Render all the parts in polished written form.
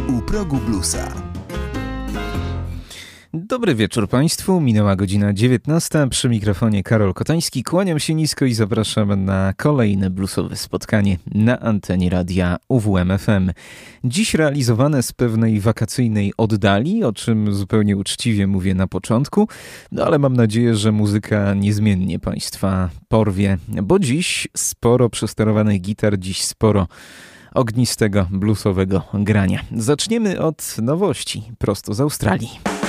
U progu bluesa. Dobry wieczór Państwu, minęła godzina 19, przy mikrofonie Karol Kotański, kłaniam się nisko i zapraszam na kolejne bluesowe spotkanie na antenie radia UWM FM. Dziś realizowane z pewnej wakacyjnej oddali, o czym zupełnie uczciwie mówię na początku, no ale mam nadzieję, że muzyka niezmiennie Państwa porwie, bo dziś sporo przesterowanych gitar, dziś sporo ognistego bluesowego grania. Zaczniemy od nowości, prosto z Australii.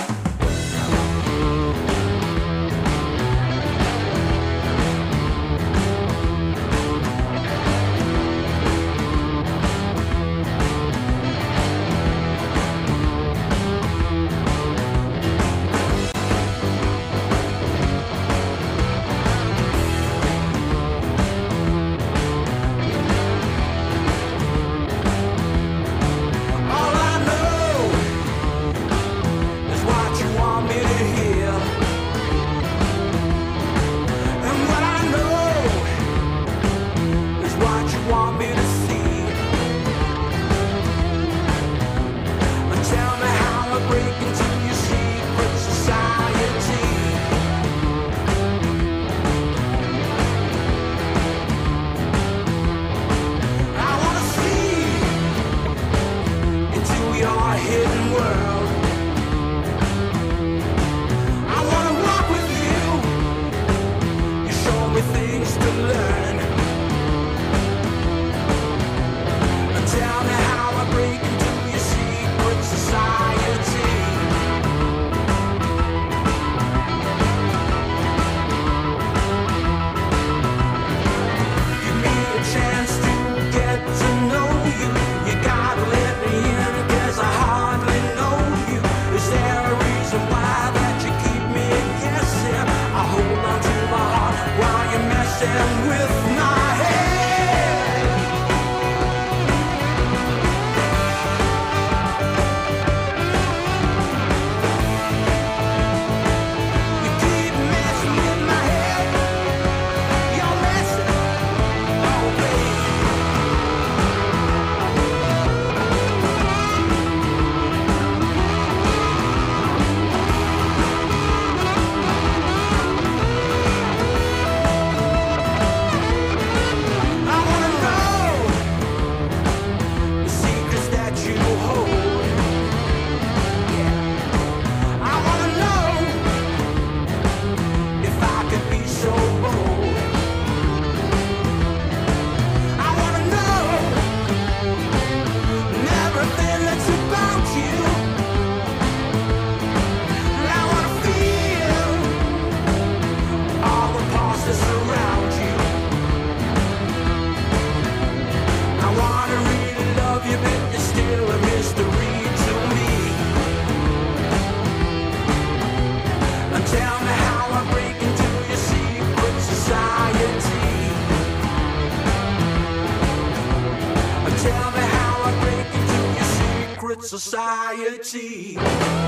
Society.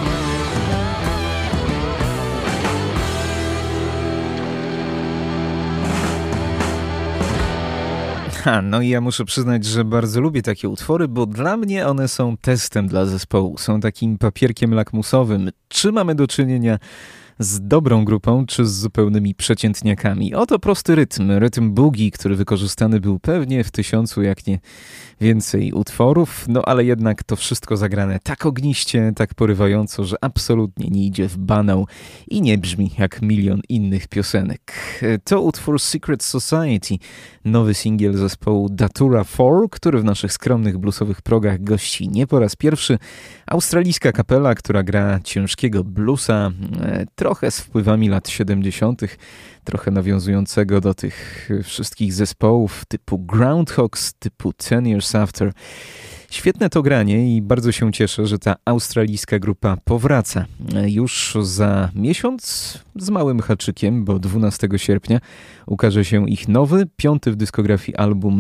No i ja muszę przyznać, że bardzo lubię takie utwory, bo dla mnie one są testem dla zespołu, są takim papierkiem lakmusowym. Czy mamy do czynienia z dobrą grupą, czy z zupełnymi przeciętniakami? Oto prosty rytm boogie, który wykorzystany był pewnie w 1000, jak nie więcej utworów, no ale jednak to wszystko zagrane tak ogniście, tak porywająco, że absolutnie nie idzie w banał i nie brzmi jak milion innych piosenek. To utwór Secret Society, nowy singiel zespołu Datura 4, który w naszych skromnych bluesowych progach gości nie po raz pierwszy. Australijska kapela, która gra ciężkiego bluesa, trochę z wpływami lat 70., trochę nawiązującego do tych wszystkich zespołów typu Groundhogs, typu 10 Years After. Świetne to granie i bardzo się cieszę, że ta australijska grupa powraca. Już za miesiąc z małym haczykiem, bo 12 sierpnia ukaże się ich nowy, 5. w dyskografii album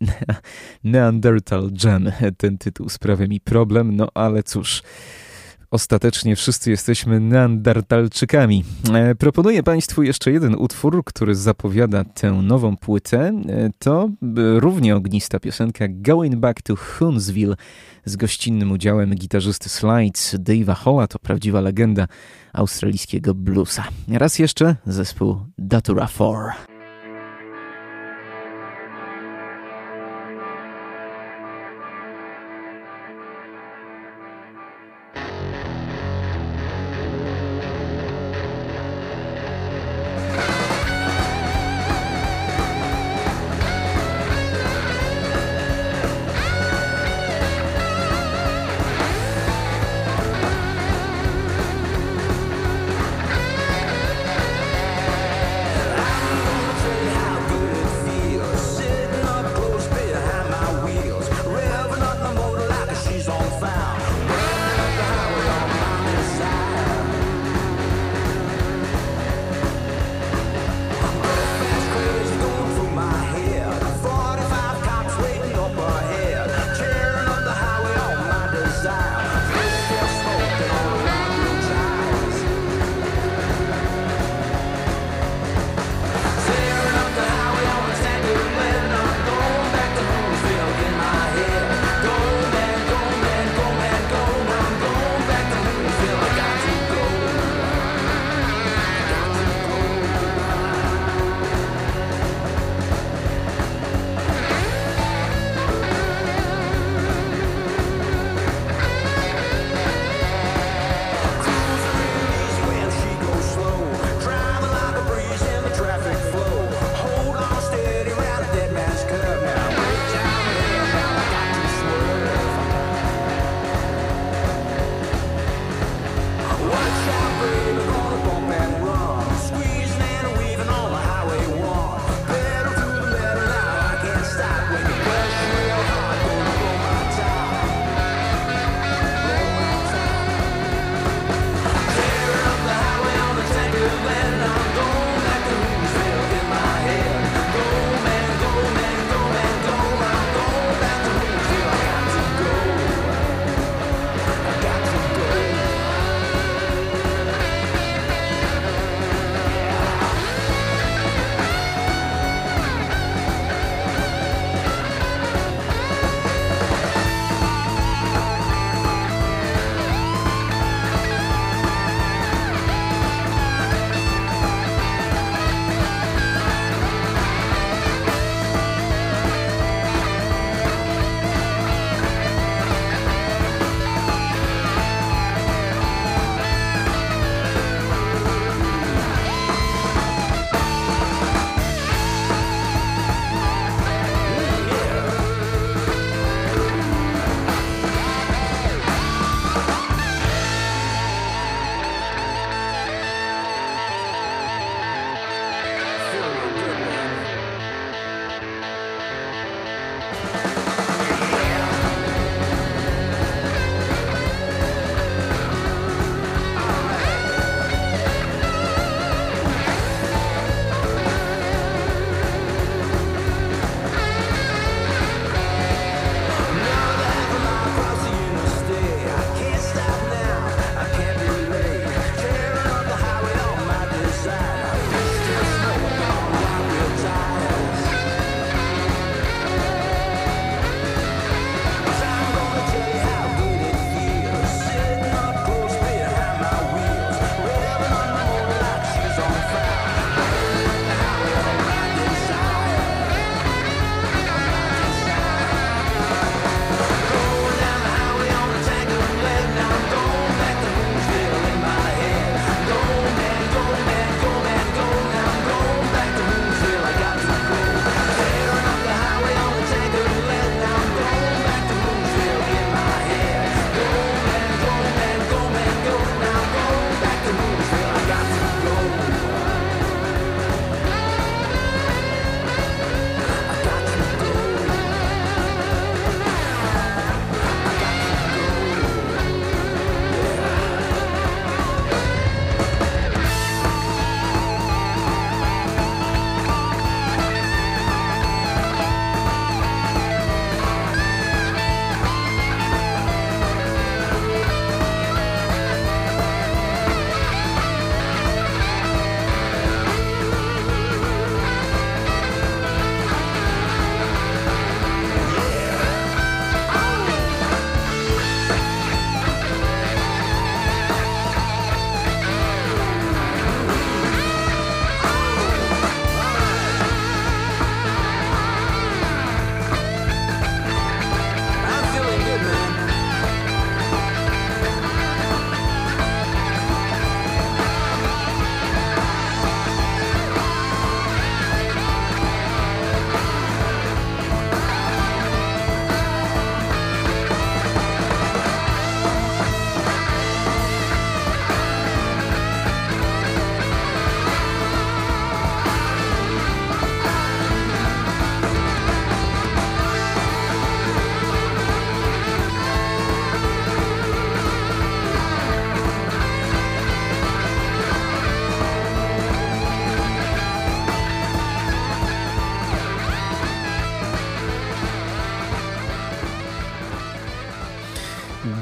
Neanderthal Jam. Ten tytuł sprawia mi problem, no ale cóż. Ostatecznie wszyscy jesteśmy neandertalczykami. Proponuję Państwu jeszcze jeden utwór, który zapowiada tę nową płytę. To równie ognista piosenka Going Back to Huntsville z gościnnym udziałem gitarzysty Slides Dave'a Halla. To prawdziwa legenda australijskiego bluesa. Raz jeszcze zespół Datura 4. I'm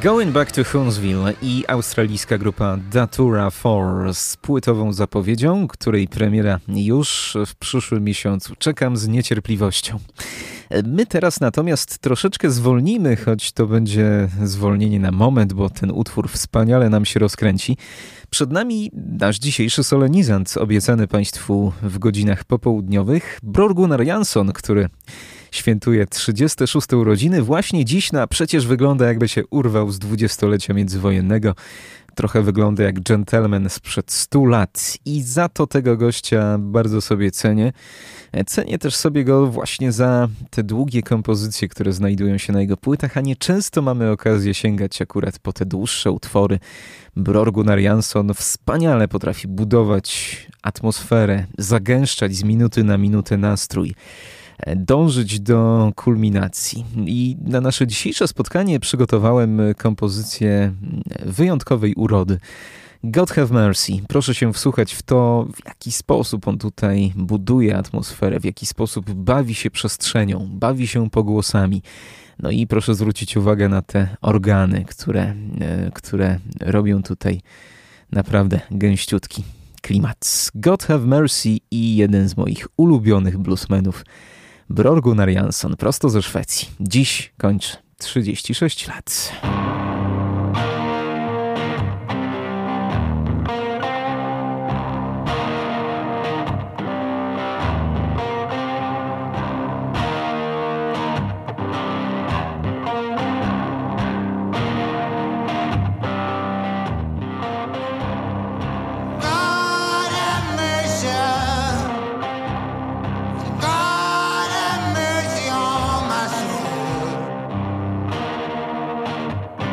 Going Back to Huntsville i australijska grupa Datura 4 z płytową zapowiedzią, której premiera już w przyszłym miesiącu. Czekam z niecierpliwością. My teraz natomiast troszeczkę zwolnimy, choć to będzie zwolnienie na moment, bo ten utwór wspaniale nam się rozkręci. Przed nami nasz dzisiejszy solenizant, obiecany Państwu w godzinach popołudniowych, Bror Gunnar Jansson, który świętuje 36. urodziny. Właśnie dziś przecież wygląda, jakby się urwał z 20-lecia międzywojennego. Trochę wygląda jak dżentelmen sprzed 100 lat i za to tego gościa bardzo sobie cenię. Cenię też sobie go właśnie za te długie kompozycje, które znajdują się na jego płytach, a nie często mamy okazję sięgać akurat po te dłuższe utwory. Bror Gunnar Jansson wspaniale potrafi budować atmosferę, zagęszczać z minuty na minutę nastrój, dążyć do kulminacji. I na nasze dzisiejsze spotkanie przygotowałem kompozycję wyjątkowej urody. God Have Mercy. Proszę się wsłuchać w to, w jaki sposób on tutaj buduje atmosferę, w jaki sposób bawi się przestrzenią, bawi się pogłosami. No i proszę zwrócić uwagę na te organy, które robią tutaj naprawdę gęściutki klimat. God Have Mercy i jeden z moich ulubionych bluesmenów, Bror Gunnar Jansson, prosto ze Szwecji. Dziś kończy 36 lat. God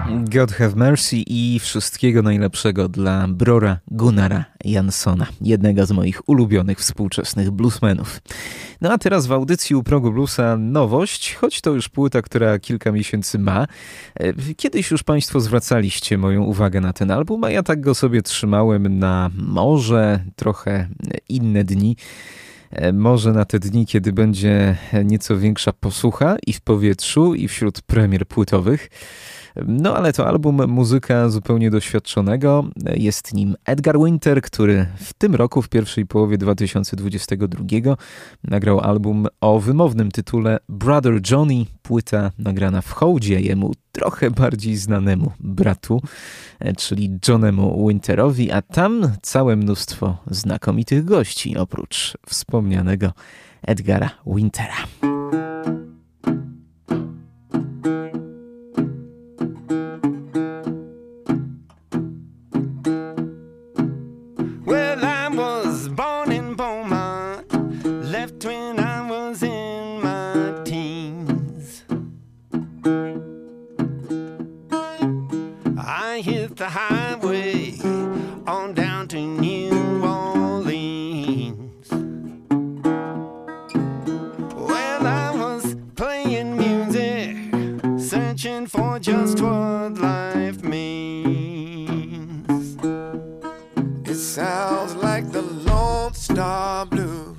God Have Mercy i wszystkiego najlepszego dla Brora Gunnara Janssona, jednego z moich ulubionych współczesnych bluesmenów. No a teraz w audycji U Progu Bluesa nowość, choć to już płyta, która kilka miesięcy ma. Kiedyś już Państwo zwracaliście moją uwagę na ten album, a ja tak go sobie trzymałem na może trochę inne dni. Może na te dni, kiedy będzie nieco większa posłucha i w powietrzu, i wśród premier płytowych. No ale to album muzyka zupełnie doświadczonego. Jest nim Edgar Winter, który w tym roku, w pierwszej połowie 2022 nagrał album o wymownym tytule Brother Johnny. Płyta nagrana w hołdzie jemu trochę bardziej znanemu bratu, czyli Johnemu Winterowi, a tam całe mnóstwo znakomitych gości, oprócz wspomnianego Edgara Wintera. The highway on down to New Orleans. Well, I was playing music, searching for just what life means. It sounds like the Lone Star Blues.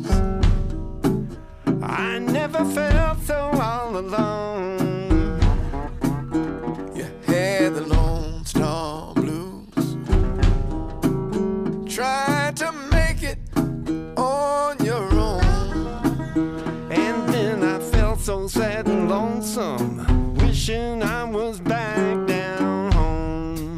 I never felt so all alone. You had the Lone Star Blues. Try to make it on your own. And then I felt so sad and lonesome, wishing I was back down home.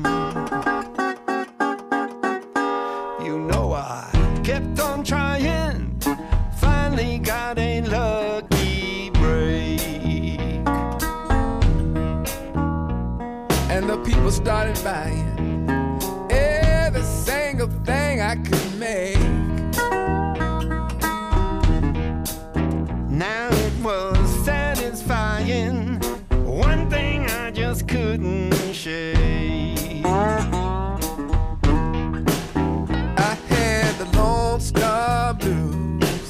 You know I kept on trying, finally got a lucky break. And the people started buying every single thing I could make. Now it was satisfying, one thing I just couldn't shake. I had the Lone Star Blues.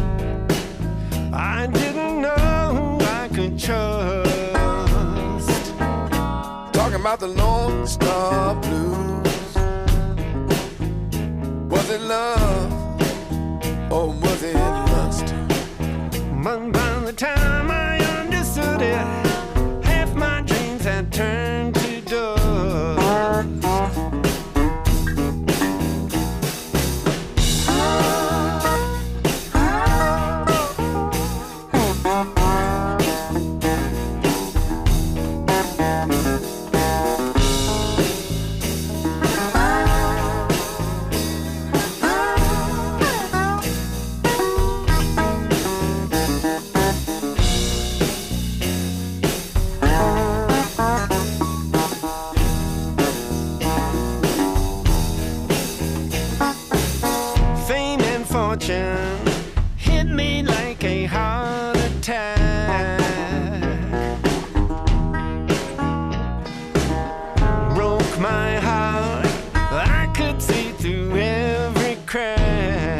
I didn't know who I could trust. Talking about the Lone Star Blues. Was it love or was it lust? But by the time I understood it, half my dreams had turned to dust. Fame and fortune hit me like a heart attack. Broke my heart, I could see through every crack.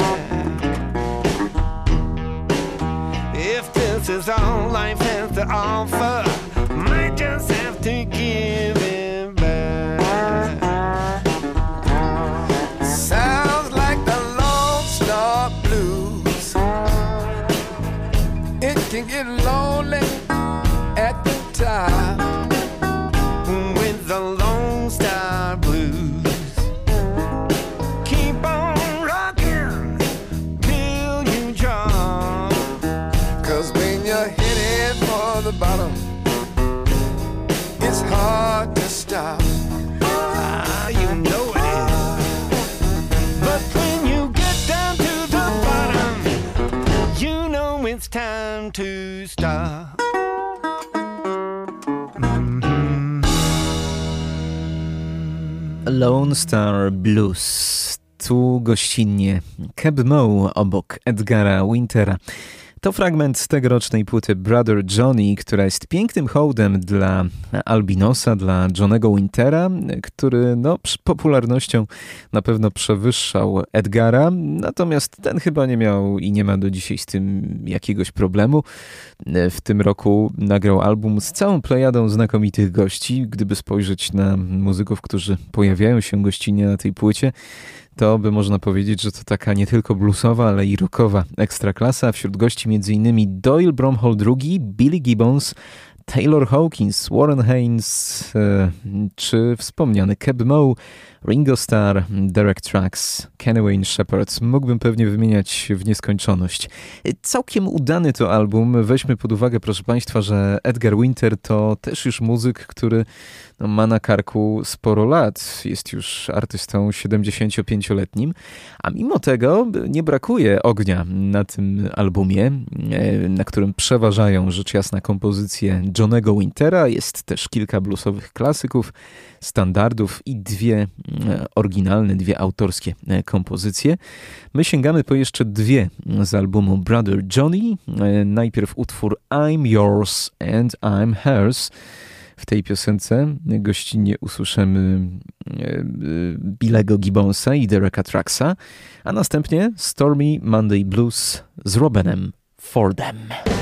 If this is all life has to offer, might just have to give it back. Sounds like the Lone Star Blues. It can get lonely at the top with the Lone Star Blues. Keep on rocking till you drop. 'Cause when you're headed for the bottom, it's hard to stop. Ah, you know it is. But when you get down to the bottom, you know it's time to stop. Lone Star Blues. Tu gościnnie Keb Mo obok Edgara Wintera. To fragment z tegorocznej płyty Brother Johnny, która jest pięknym hołdem dla Albinosa, dla Johnego Wintera, który popularnością na pewno przewyższał Edgara, natomiast ten chyba nie miał i nie ma do dzisiaj z tym jakiegoś problemu. W tym roku nagrał album z całą plejadą znakomitych gości. Gdyby spojrzeć na muzyków, którzy pojawiają się gościnnie na tej płycie, to by można powiedzieć, że to taka nie tylko bluesowa, ale i rockowa ekstraklasa. Wśród gości m.in. Doyle Bromhall II, Billy Gibbons, Taylor Hawkins, Warren Haynes, czy wspomniany Keb Mo, Ringo Starr, Derek Trucks, Kenny Wayne Shepherd. Mógłbym pewnie wymieniać w nieskończoność. Całkiem udany to album. Weźmy pod uwagę, proszę Państwa, że Edgar Winter to też już muzyk, który ma na karku sporo lat. Jest już artystą 75-letnim, a mimo tego nie brakuje ognia na tym albumie, na którym przeważają rzecz jasna kompozycje Johnego Wintera. Jest też kilka bluesowych klasyków, standardów i dwie oryginalne, dwie autorskie kompozycje. My sięgamy po jeszcze dwie z albumu Brother Johnny. Najpierw utwór I'm Yours and I'm Hers. W tej piosence gościnnie usłyszymy Billego Gibbonsa i Dereka Trucksa, a następnie Stormy Monday Blues z Robinem Fordem.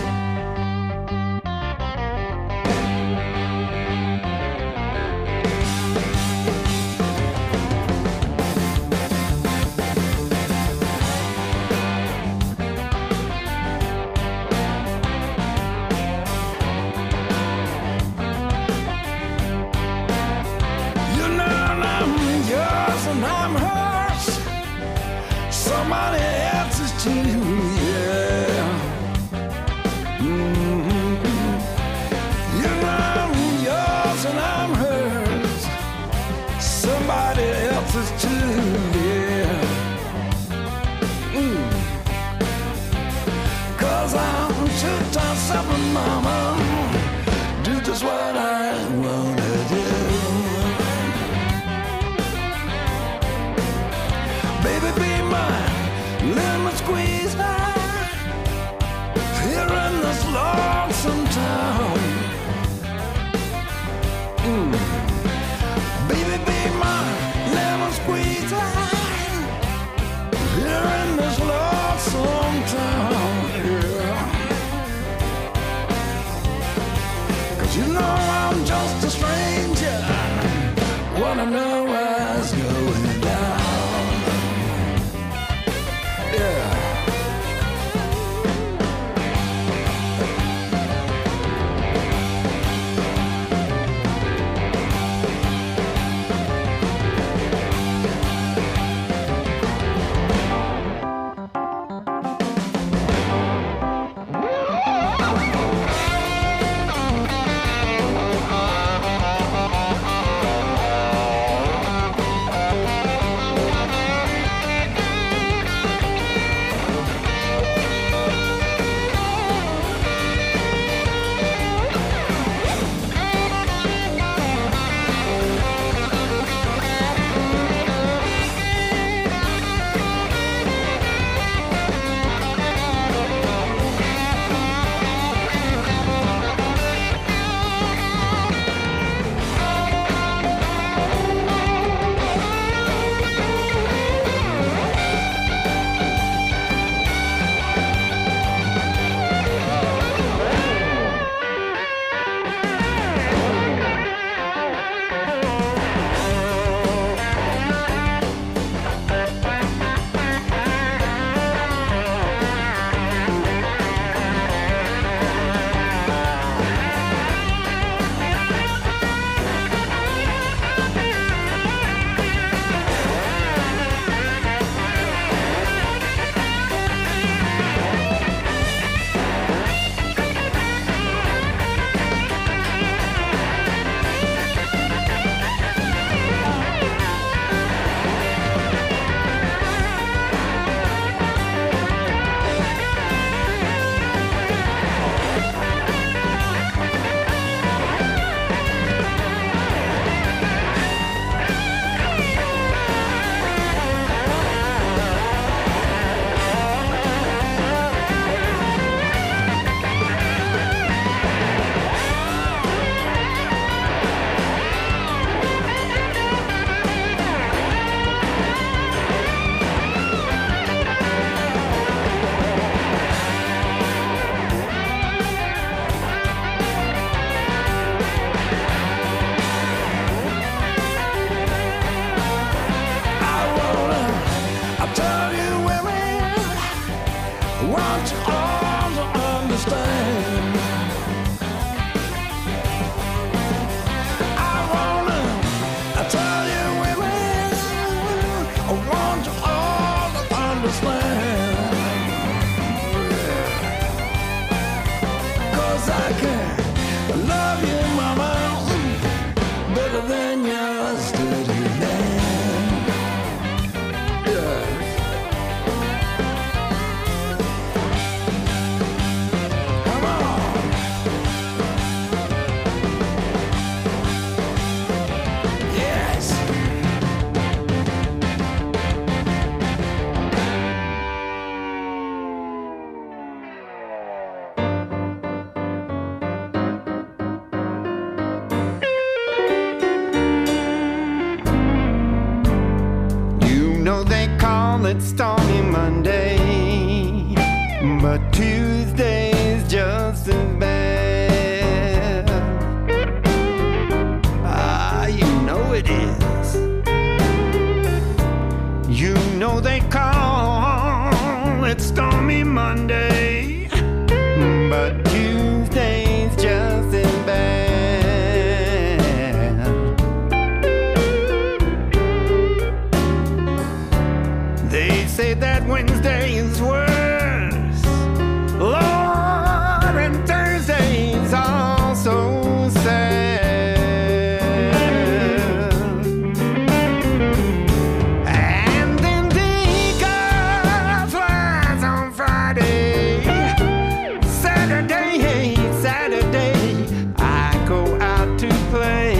Somebody else's too, yeah. You know I'm yours and I'm hers. Somebody else's too, yeah. 'Cause I'm too tough up, mama. Do just what I wanna do. Baby, be mine. Let me squeeze high. want you all to understand. I wanna tell you women, I want you all to understand. 'Cause I can love you, mama, better than yesterday. They call it Stormy Monday, but Tuesday's just as bad. Ah, you know it is. You know they call it Stormy Monday, but Tuesday's just as bad. Say that Wednesday is worse, Lord, and Thursday's also sad. And then the eagle flies on Friday, Saturday, I go out to play.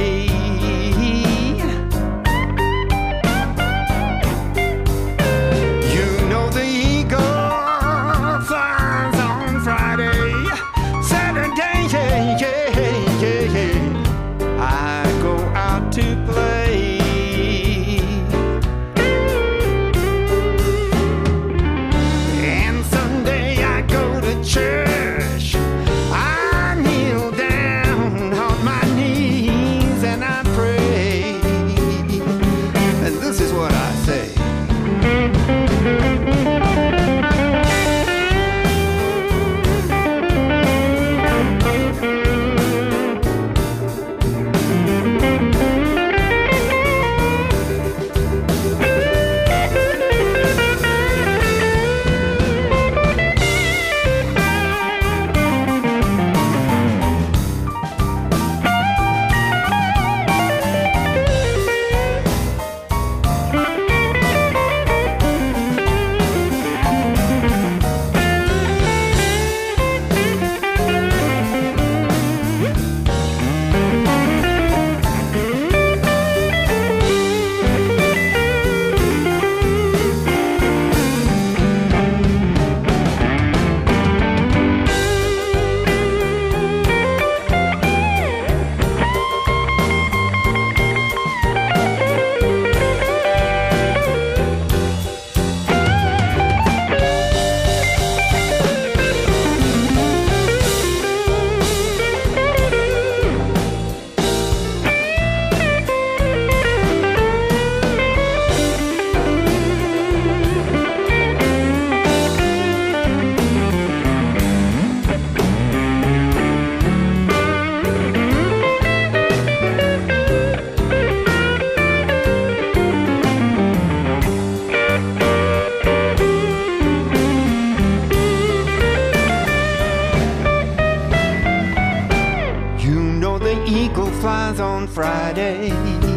Friday,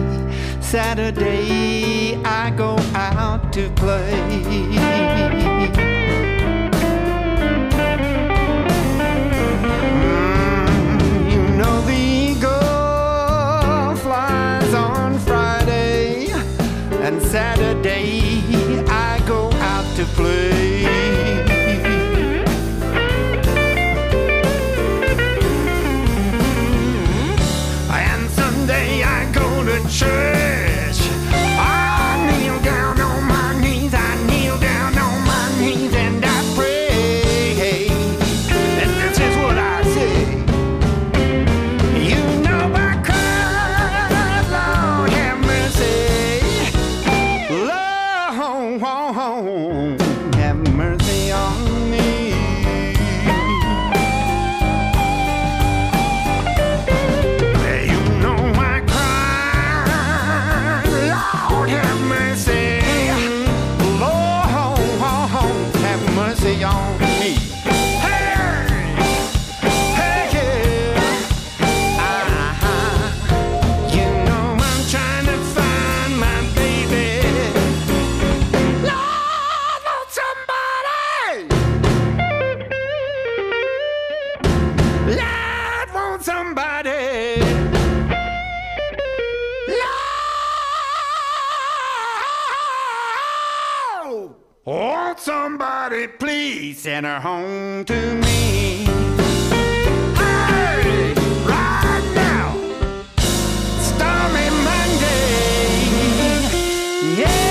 Saturday, I go out to play. You know the eagle flies on Friday, and Saturday, I go out to play. Church, I kneel down on my knees, and I pray, and this is what I say. You know my cause, Lord have mercy, Lord have mercy on me. Won't somebody please send her home to me? Hey, right now, stormy Monday, yeah.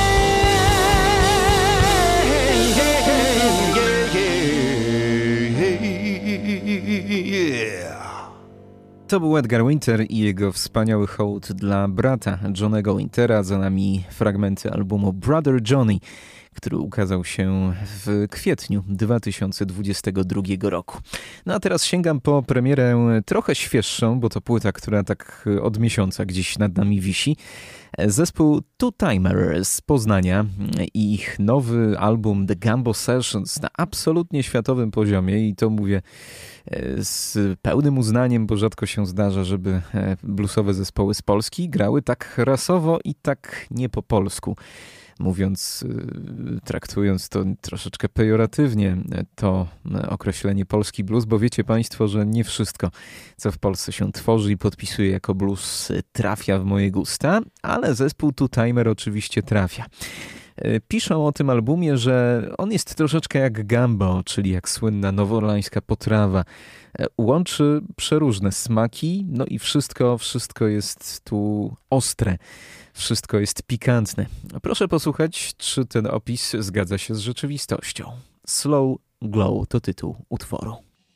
To był Edgar Winter i jego wspaniały hołd dla brata Johnnego Wintera. Za nami fragmenty albumu Brother Johnny, który ukazał się w kwietniu 2022 roku. No a teraz sięgam po premierę trochę świeższą, bo to płyta, która tak od miesiąca gdzieś nad nami wisi. Zespół Two Timer z Poznania i ich nowy album The Gambo Sessions na absolutnie światowym poziomie i to mówię z pełnym uznaniem, bo rzadko się zdarza, żeby bluesowe zespoły z Polski grały tak rasowo i tak nie po polsku. Mówiąc, traktując to troszeczkę pejoratywnie, to określenie polski blues, bo wiecie Państwo, że nie wszystko, co w Polsce się tworzy i podpisuje jako blues, trafia w moje gusta, ale zespół Two Timer oczywiście trafia. Piszą o tym albumie, że on jest troszeczkę jak gambo, czyli jak słynna nowojorska potrawa. Łączy przeróżne smaki, no i wszystko jest tu ostre. Wszystko jest pikantne. Proszę posłuchać, czy ten opis zgadza się z rzeczywistością. Slow Glow to tytuł utworu.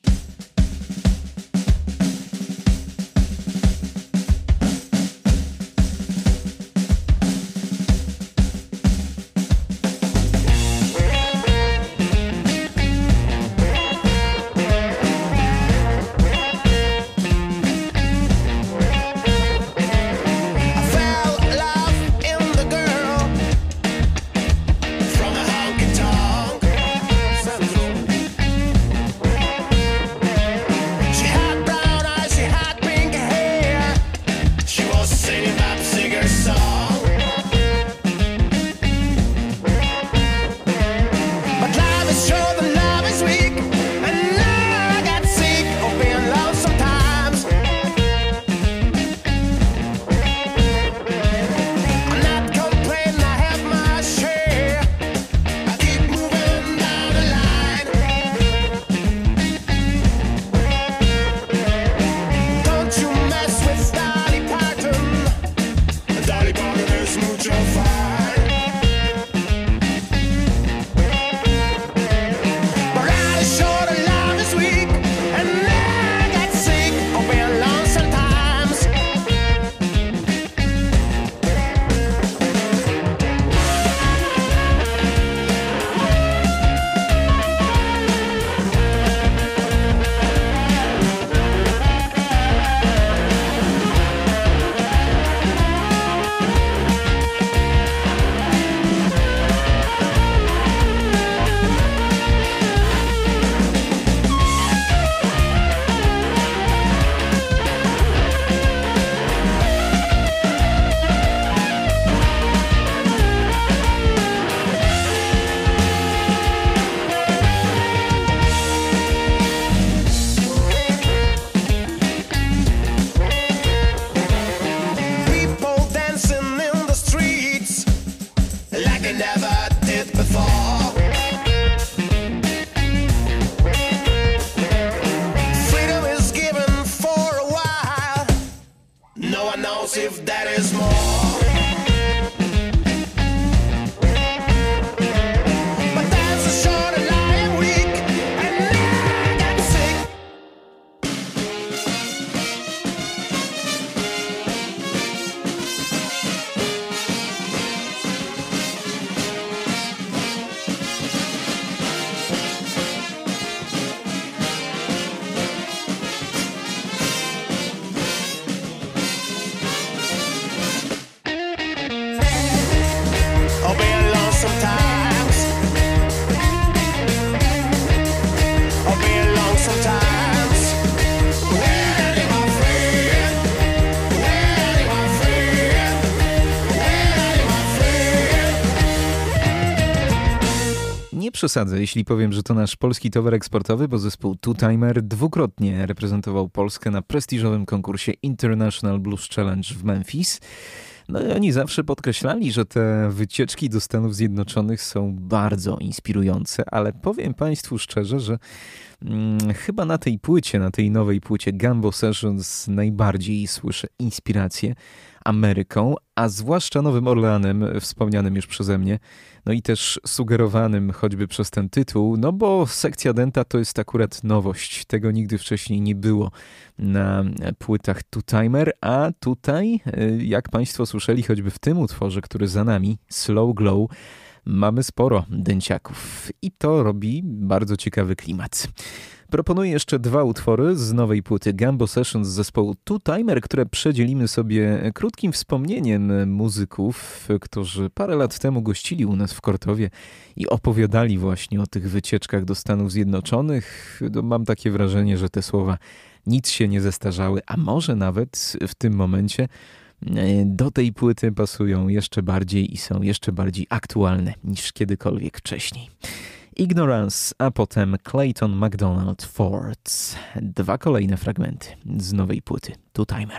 Nie przesadzę, jeśli powiem, że to nasz polski towar eksportowy, bo zespół Two Timer dwukrotnie reprezentował Polskę na prestiżowym konkursie International Blues Challenge w Memphis. No i oni zawsze podkreślali, że te wycieczki do Stanów Zjednoczonych są bardzo inspirujące, ale powiem Państwu szczerze, że chyba na tej nowej płycie Gumbo Sessions najbardziej słyszę inspirację Ameryką, a zwłaszcza Nowym Orleanem, wspomnianym już przeze mnie, no i też sugerowanym choćby przez ten tytuł, no bo Sekcja Denta to jest akurat nowość, tego nigdy wcześniej nie było na płytach Two Timer, a tutaj, jak Państwo słyszeli choćby w tym utworze, który za nami, Slow Glow, mamy sporo dęciaków i to robi bardzo ciekawy klimat. Proponuję jeszcze 2 utwory z nowej płyty Gumbo Sessions z zespołu Two Timer, które przedzielimy sobie krótkim wspomnieniem muzyków, którzy parę lat temu gościli u nas w Kortowie i opowiadali właśnie o tych wycieczkach do Stanów Zjednoczonych. No, mam takie wrażenie, że te słowa nic się nie zestarzały, a może nawet w tym momencie do tej płyty pasują jeszcze bardziej i są jeszcze bardziej aktualne niż kiedykolwiek wcześniej. Ignorance, a potem Clayton McDonald Ford. 2 kolejne fragmenty z nowej płyty Two Timer.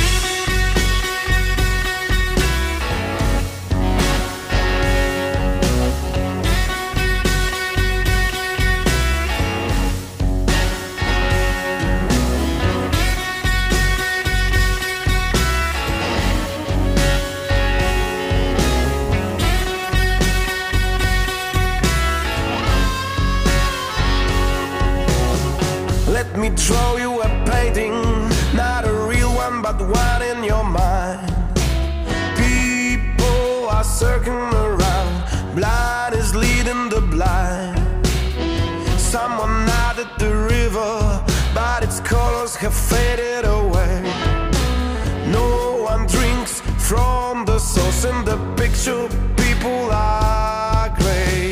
Let me draw you a painting, not a real one, but one in your mind. People are circling around, blind is leading the blind. Someone nodded the river, but its colors have faded away. No one drinks from the source in the picture, people are grey.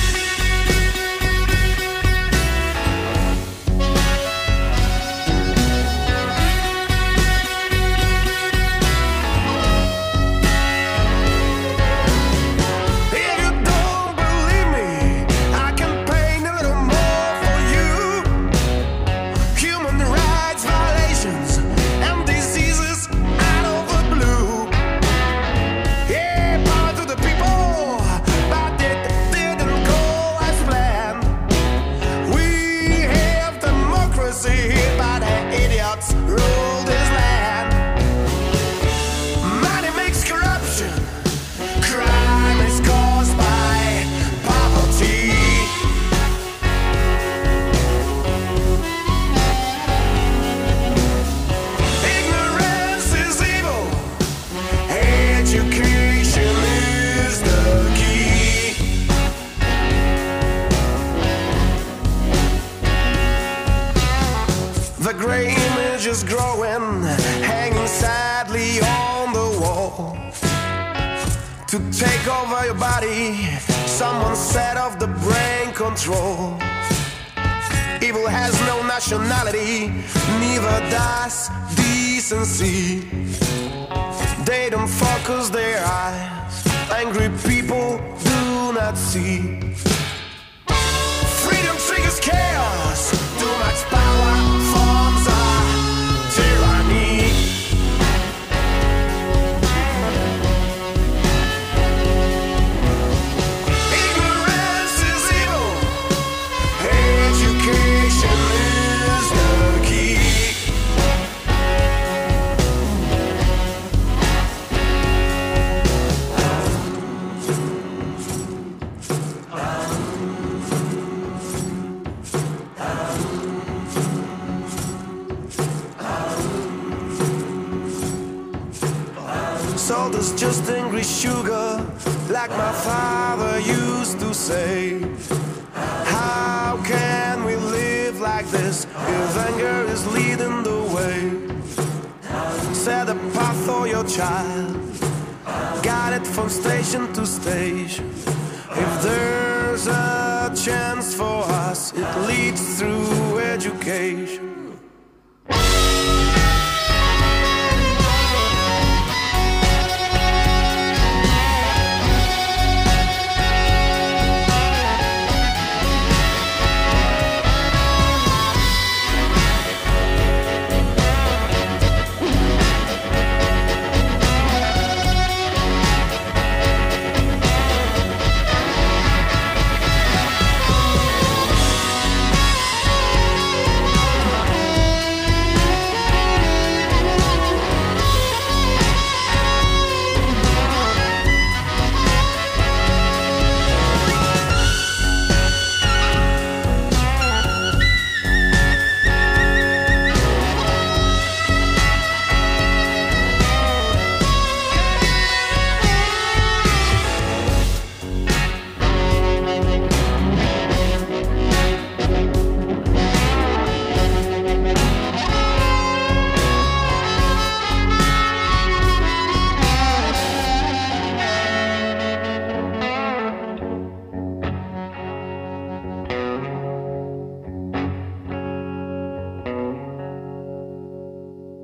Growing, hanging sadly on the wall. To take over your body, someone set off the brain control. Evil has no nationality, neither does decency. They don't focus their eyes, angry people do not see. Freedom triggers chaos, too much power forms a tyranny. Ignorance is evil, education is the key. Salt is just angry sugar, like my father used to say. How can we live like this if anger is leading the way? Set a path for your child, guide it from station to station. If there's a chance for us, it leads through education.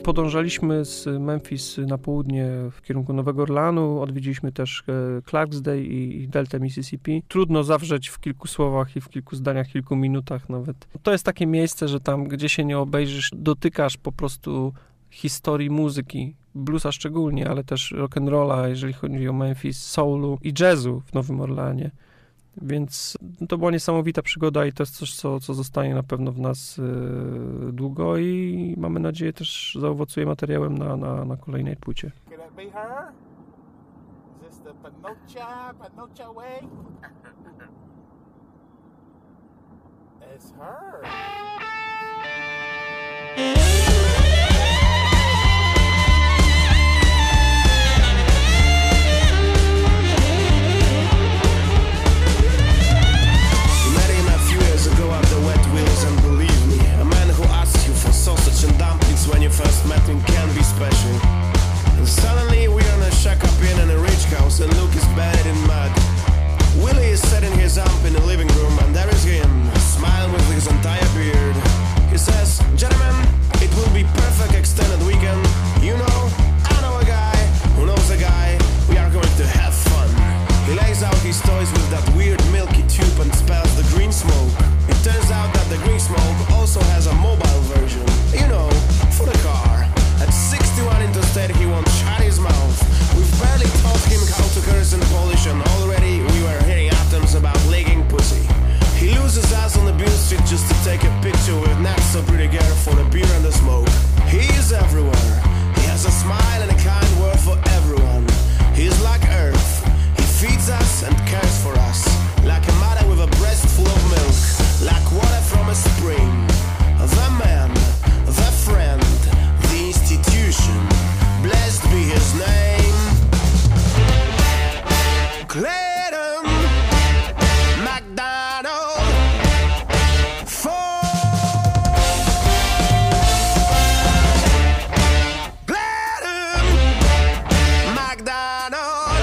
podążaliśmy z Memphis na południe w kierunku Nowego Orleanu, odwiedziliśmy też Clarksdale i Deltę Mississippi. Trudno zawrzeć w kilku słowach i w kilku zdaniach, kilku minutach nawet. To jest takie miejsce, że tam, gdzie się nie obejrzysz, dotykasz po prostu historii muzyki, bluesa szczególnie, ale też rock'n'rolla, jeżeli chodzi o Memphis, soulu i jazzu w Nowym Orleanie. Więc to była niesamowita przygoda i to jest coś, co zostanie na pewno w nas długo i mamy nadzieję też zaowocuje materiałem na kolejnej płycie. Could that be her? Is this the Panocha way? It's her. Go up the wet wheels and believe me, a man who asks you for sausage and dumplings when you first met him can be special. And suddenly we're in a shack-up inn in a rich house and Luke is buried in mud. Willie is setting his ump in the living room and there is him, smiling with his entire beard. He says, "Gentlemen, it will be perfect extended weekend. You know, I know a guy who knows a guy. We are going to have fun." He lays out his toys with that weird milky tube and spells the green smoke. It turns out that the green smoke also has a mobile version, you know, for the car. At 61 interstate he won't shut his mouth. We've barely taught him how to curse in Polish and already we were hitting atoms about licking pussy. He loses us on the Beale Street just to take a picture with not so pretty girl for the beer and the smoke. He is everywhere. He has a smile and a kind word for everyone. He is like Earth. He feeds us and cares for us. Like a mother with a breast full of milk. Like water from a spring. The man, the friend, the institution. Blessed be his name. Clayton McDonald. Clayton McDonald.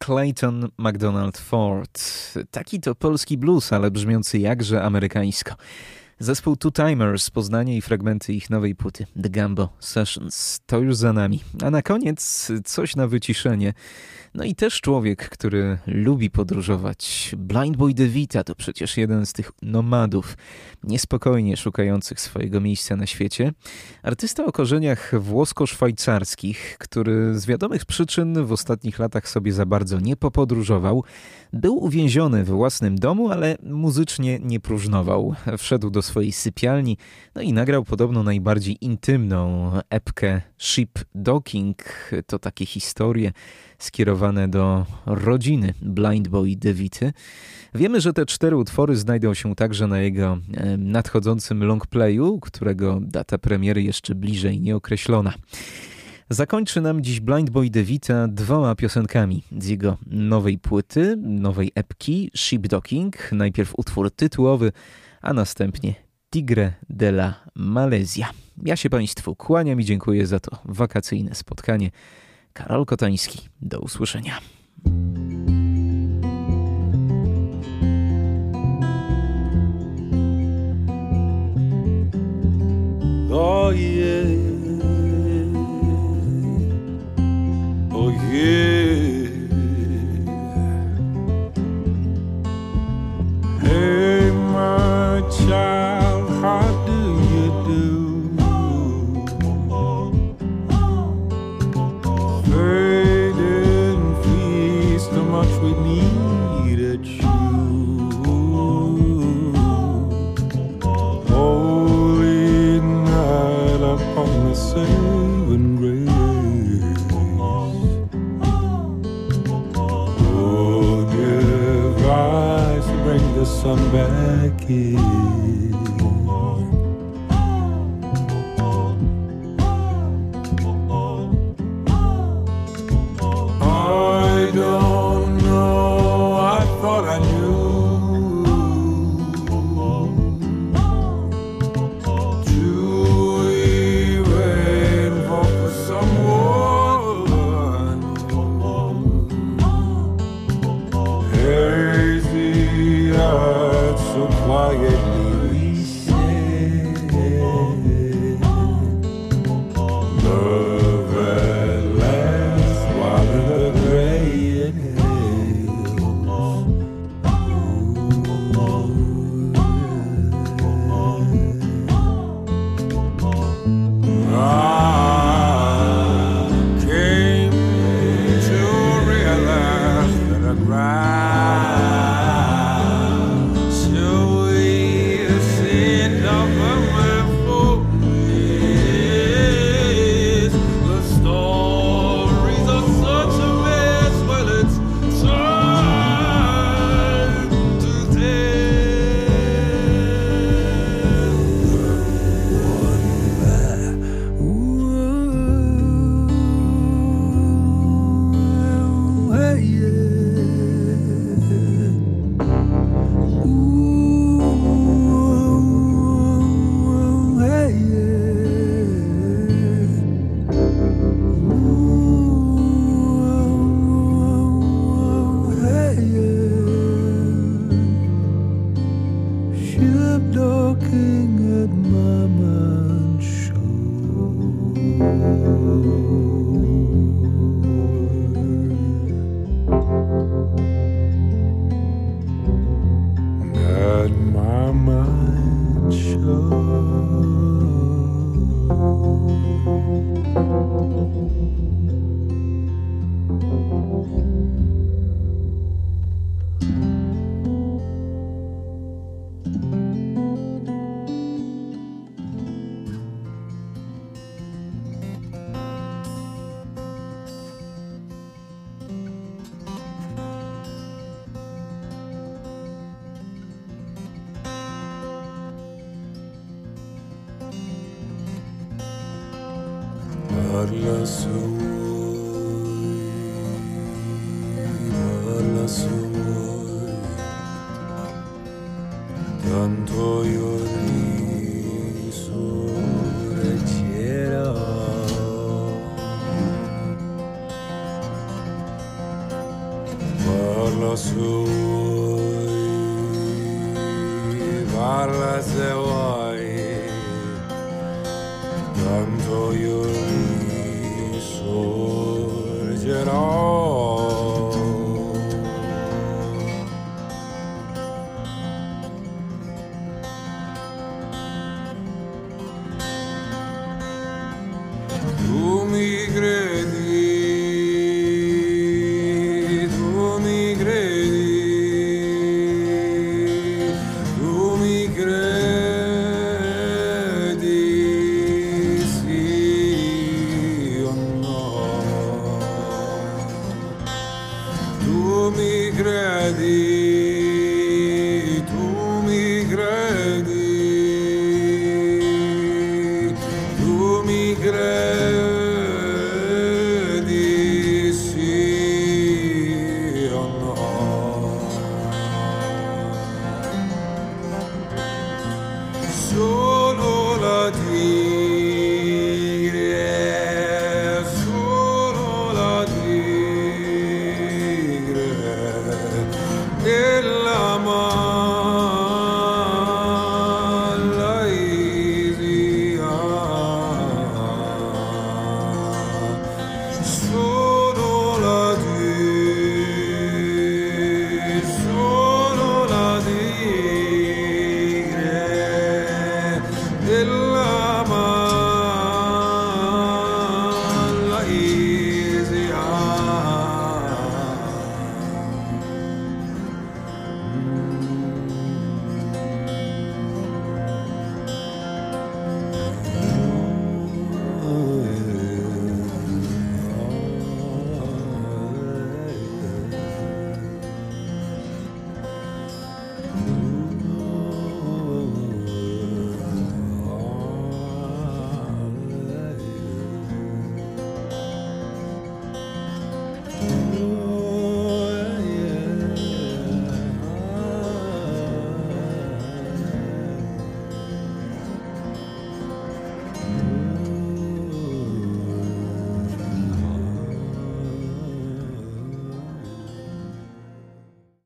Clayton McDonald Ford. Taki to polski blues, ale brzmiący jakże amerykańsko. Zespół Two Timers, Poznanie i fragmenty ich nowej płyty The Gumbo Sessions. To już za nami. A na koniec coś na wyciszenie. No i też człowiek, który lubi podróżować. Blind Boy DeVita to przecież jeden z tych nomadów, niespokojnie szukających swojego miejsca na świecie. Artysta o korzeniach włosko-szwajcarskich, który z wiadomych przyczyn w ostatnich latach sobie za bardzo nie popodróżował. Był uwięziony w własnym domu, ale muzycznie nie próżnował. Wszedł do swojej sypialni, no i nagrał podobno najbardziej intymną epkę Ship Docking. To takie historie skierowane do rodziny Blind Boy DeVity. Wiemy, że te 4 utwory znajdą się także na jego nadchodzącym longplayu, którego data premiery jeszcze bliżej nieokreślona. Zakończy nam dziś Blind Boy DeVita 2 piosenkami z jego nowej płyty, nowej epki Ship Docking. Najpierw utwór tytułowy, a następnie Tigre de la Malesia. Ja się Państwu kłaniam i dziękuję za to wakacyjne spotkanie. Karol Kotański. Do usłyszenia. Oh yeah, oh yeah. Hey my child, how do you do? Fading feast, how much we needed you. Holy night upon the saving grace. Oh, give eyes to bring the sun back in. I don't know, I thought I knew. To even vote for someone hazy eyed, so quietly we said love at last while in the graying hills. I came to realize that the ground so innocent of my foot is the stories are such a mess. Well, it's time to Ship docking at Mama Shore. At Mama Shore. Tanto io risorgerò. sui, parla se vuoi.